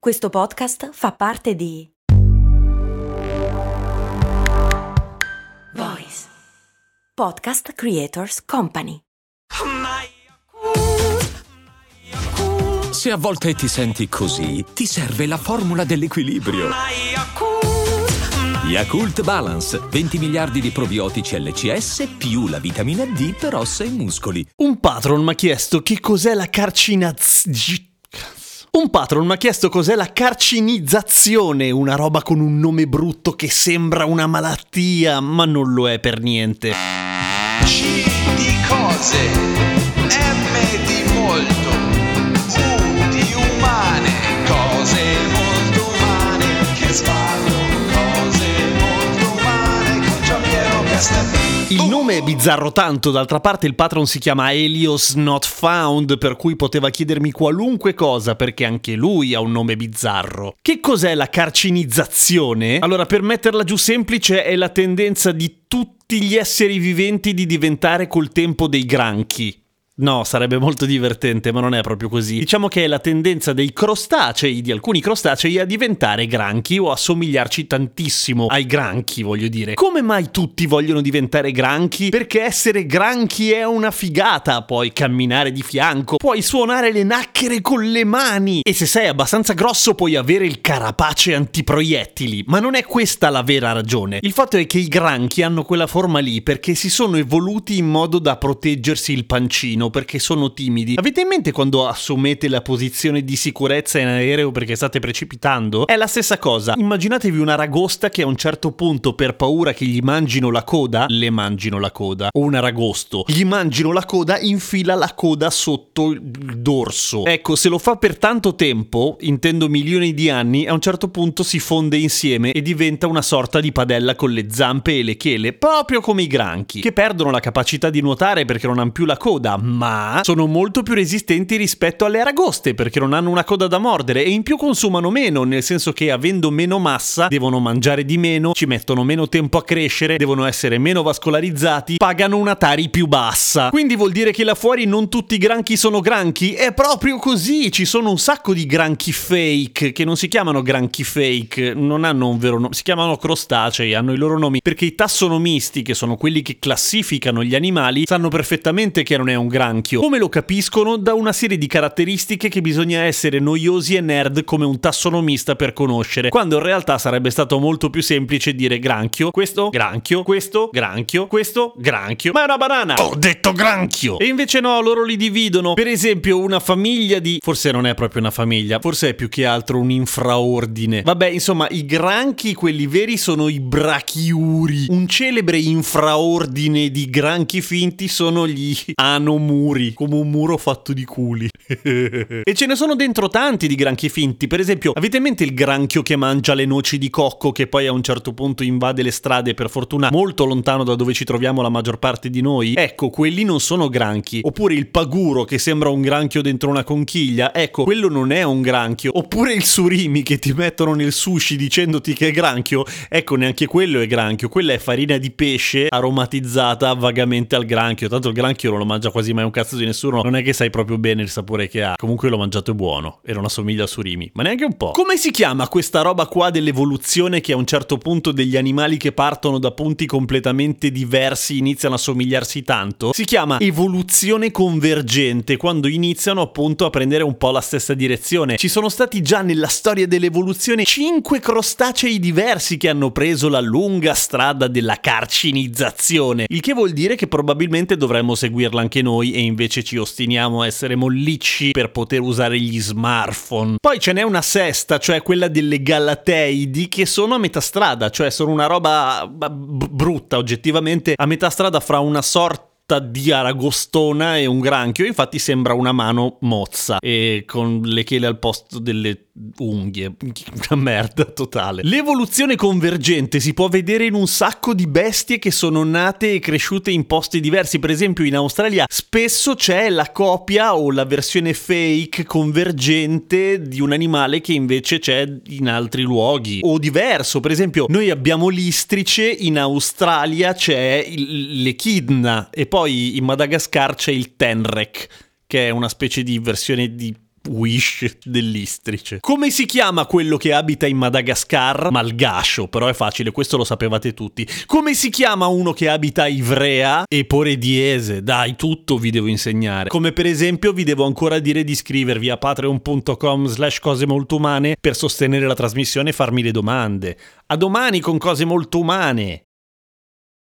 Questo podcast fa parte di Voice Podcast Creators Company. Se a volte ti senti così, ti serve la formula dell'equilibrio. Yakult Balance, 20 miliardi di probiotici LCS più la vitamina D per ossa e muscoli. Un patron mi ha chiesto che cos'è la carcinizzazione, una roba con un nome brutto che sembra una malattia, ma non lo è per niente. C di cose, M di molto, U di umane, cose molto umane, che sbaglio, cose molto umane, con Giampiero Castelnuovo. Il nome è bizzarro tanto, d'altra parte il patron si chiama Helios Not Found, per cui poteva chiedermi qualunque cosa perché anche lui ha un nome bizzarro. Che cos'è la carcinizzazione? Allora, per metterla giù semplice, è la tendenza di tutti gli esseri viventi di diventare col tempo dei granchi. No, sarebbe molto divertente, ma non è proprio così. Diciamo che è la tendenza dei crostacei, di alcuni crostacei, a diventare granchi o a somigliarci tantissimo ai granchi, voglio dire. Come mai tutti vogliono diventare granchi? Perché essere granchi è una figata, puoi camminare di fianco, puoi suonare le nacchere con le mani e se sei abbastanza grosso puoi avere il carapace antiproiettili, ma non è questa la vera ragione. Il fatto è che i granchi hanno quella forma lì perché si sono evoluti in modo da proteggersi il pancino, perché sono timidi. Avete in mente quando assumete la posizione di sicurezza in aereo perché state precipitando? È la stessa cosa. Immaginatevi una ragosta che a un certo punto, per paura che gli mangino la coda, o un aragosto, gli mangino la coda, infila la coda sotto il dorso. Ecco, se lo fa per tanto tempo, intendo milioni di anni, a un certo punto si fonde insieme e diventa una sorta di padella con le zampe e le chele, proprio come i granchi, che perdono la capacità di nuotare perché non hanno più la coda, ma sono molto più resistenti rispetto alle aragoste perché non hanno una coda da mordere e in più consumano meno, nel senso che avendo meno massa devono mangiare di meno, ci mettono meno tempo a crescere, devono essere meno vascolarizzati, pagano una tari più bassa. Quindi vuol dire che là fuori non tutti i granchi sono granchi? È proprio così, ci sono un sacco di granchi fake che non si chiamano granchi fake, non hanno un vero nome, si chiamano crostacei, hanno i loro nomi perché i tassonomisti, che sono quelli che classificano gli animali, sanno perfettamente che non è un granchio. Come lo capiscono? Da una serie di caratteristiche che bisogna essere noiosi e nerd come un tassonomista per conoscere, quando in realtà sarebbe stato molto più semplice dire granchio, questo granchio, questo granchio, questo granchio, ma è una banana! Ho detto granchio! E invece no, loro li dividono. Per esempio una famiglia di... forse non è proprio una famiglia, forse è più che altro un infraordine. Vabbè, insomma, i granchi, quelli veri, sono i brachiuri. Un celebre infraordine di granchi finti sono gli anomuri, come un muro fatto di culi. E ce ne sono dentro tanti di granchi finti. Per esempio, avete in mente il granchio che mangia le noci di cocco che poi a un certo punto invade le strade, per fortuna molto lontano da dove ci troviamo la maggior parte di noi? Ecco, quelli non sono granchi. Oppure il paguro che sembra un granchio dentro una conchiglia, ecco, quello non è un granchio. Oppure il surimi che ti mettono nel sushi dicendoti che è granchio, ecco, neanche quello è granchio. Quella è farina di pesce aromatizzata vagamente al granchio. Tanto il granchio non lo mangia quasi mai un cazzo di nessuno, non è che sai proprio bene il sapore che ha. Comunque l'ho mangiato, è buono e non assomiglia a surimi, ma neanche un po'. Come si chiama questa roba qua dell'evoluzione che a un certo punto degli animali che partono da punti completamente diversi iniziano a somigliarsi tanto? Si chiama evoluzione convergente, quando iniziano appunto a prendere un po' la stessa direzione. Ci sono stati già nella storia dell'evoluzione 5 crostacei diversi che hanno preso la lunga strada della carcinizzazione, il che vuol dire che probabilmente dovremmo seguirla anche noi e invece ci ostiniamo a essere mollicci per poter usare gli smartphone. Poi ce n'è una sesta, cioè quella delle galatteidi, che sono a metà strada, cioè sono una roba brutta oggettivamente, a metà strada fra una sorta di aragostona e un granchio. Infatti sembra una mano mozza e con le chele al posto delle unghie. Una merda totale. L'evoluzione convergente si può vedere in un sacco di bestie che sono nate e cresciute in posti diversi. Per esempio in Australia spesso c'è la copia o la versione fake convergente di un animale che invece c'è in altri luoghi, o diverso. Per esempio noi abbiamo l'istrice, in Australia c'è l'echidna e poi in Madagascar c'è il tenrec, che è una specie di versione di Wish dell'Istrice. Come si chiama quello che abita in Madagascar? Malgascio, però è facile, questo lo sapevate tutti. Come si chiama uno che abita a Ivrea? Eporediese. Dai, tutto vi devo insegnare. Come per esempio vi devo ancora dire di iscrivervi a patreon.com/cosemoltoumane per sostenere la trasmissione e farmi le domande. A domani con Cose Molto Umane!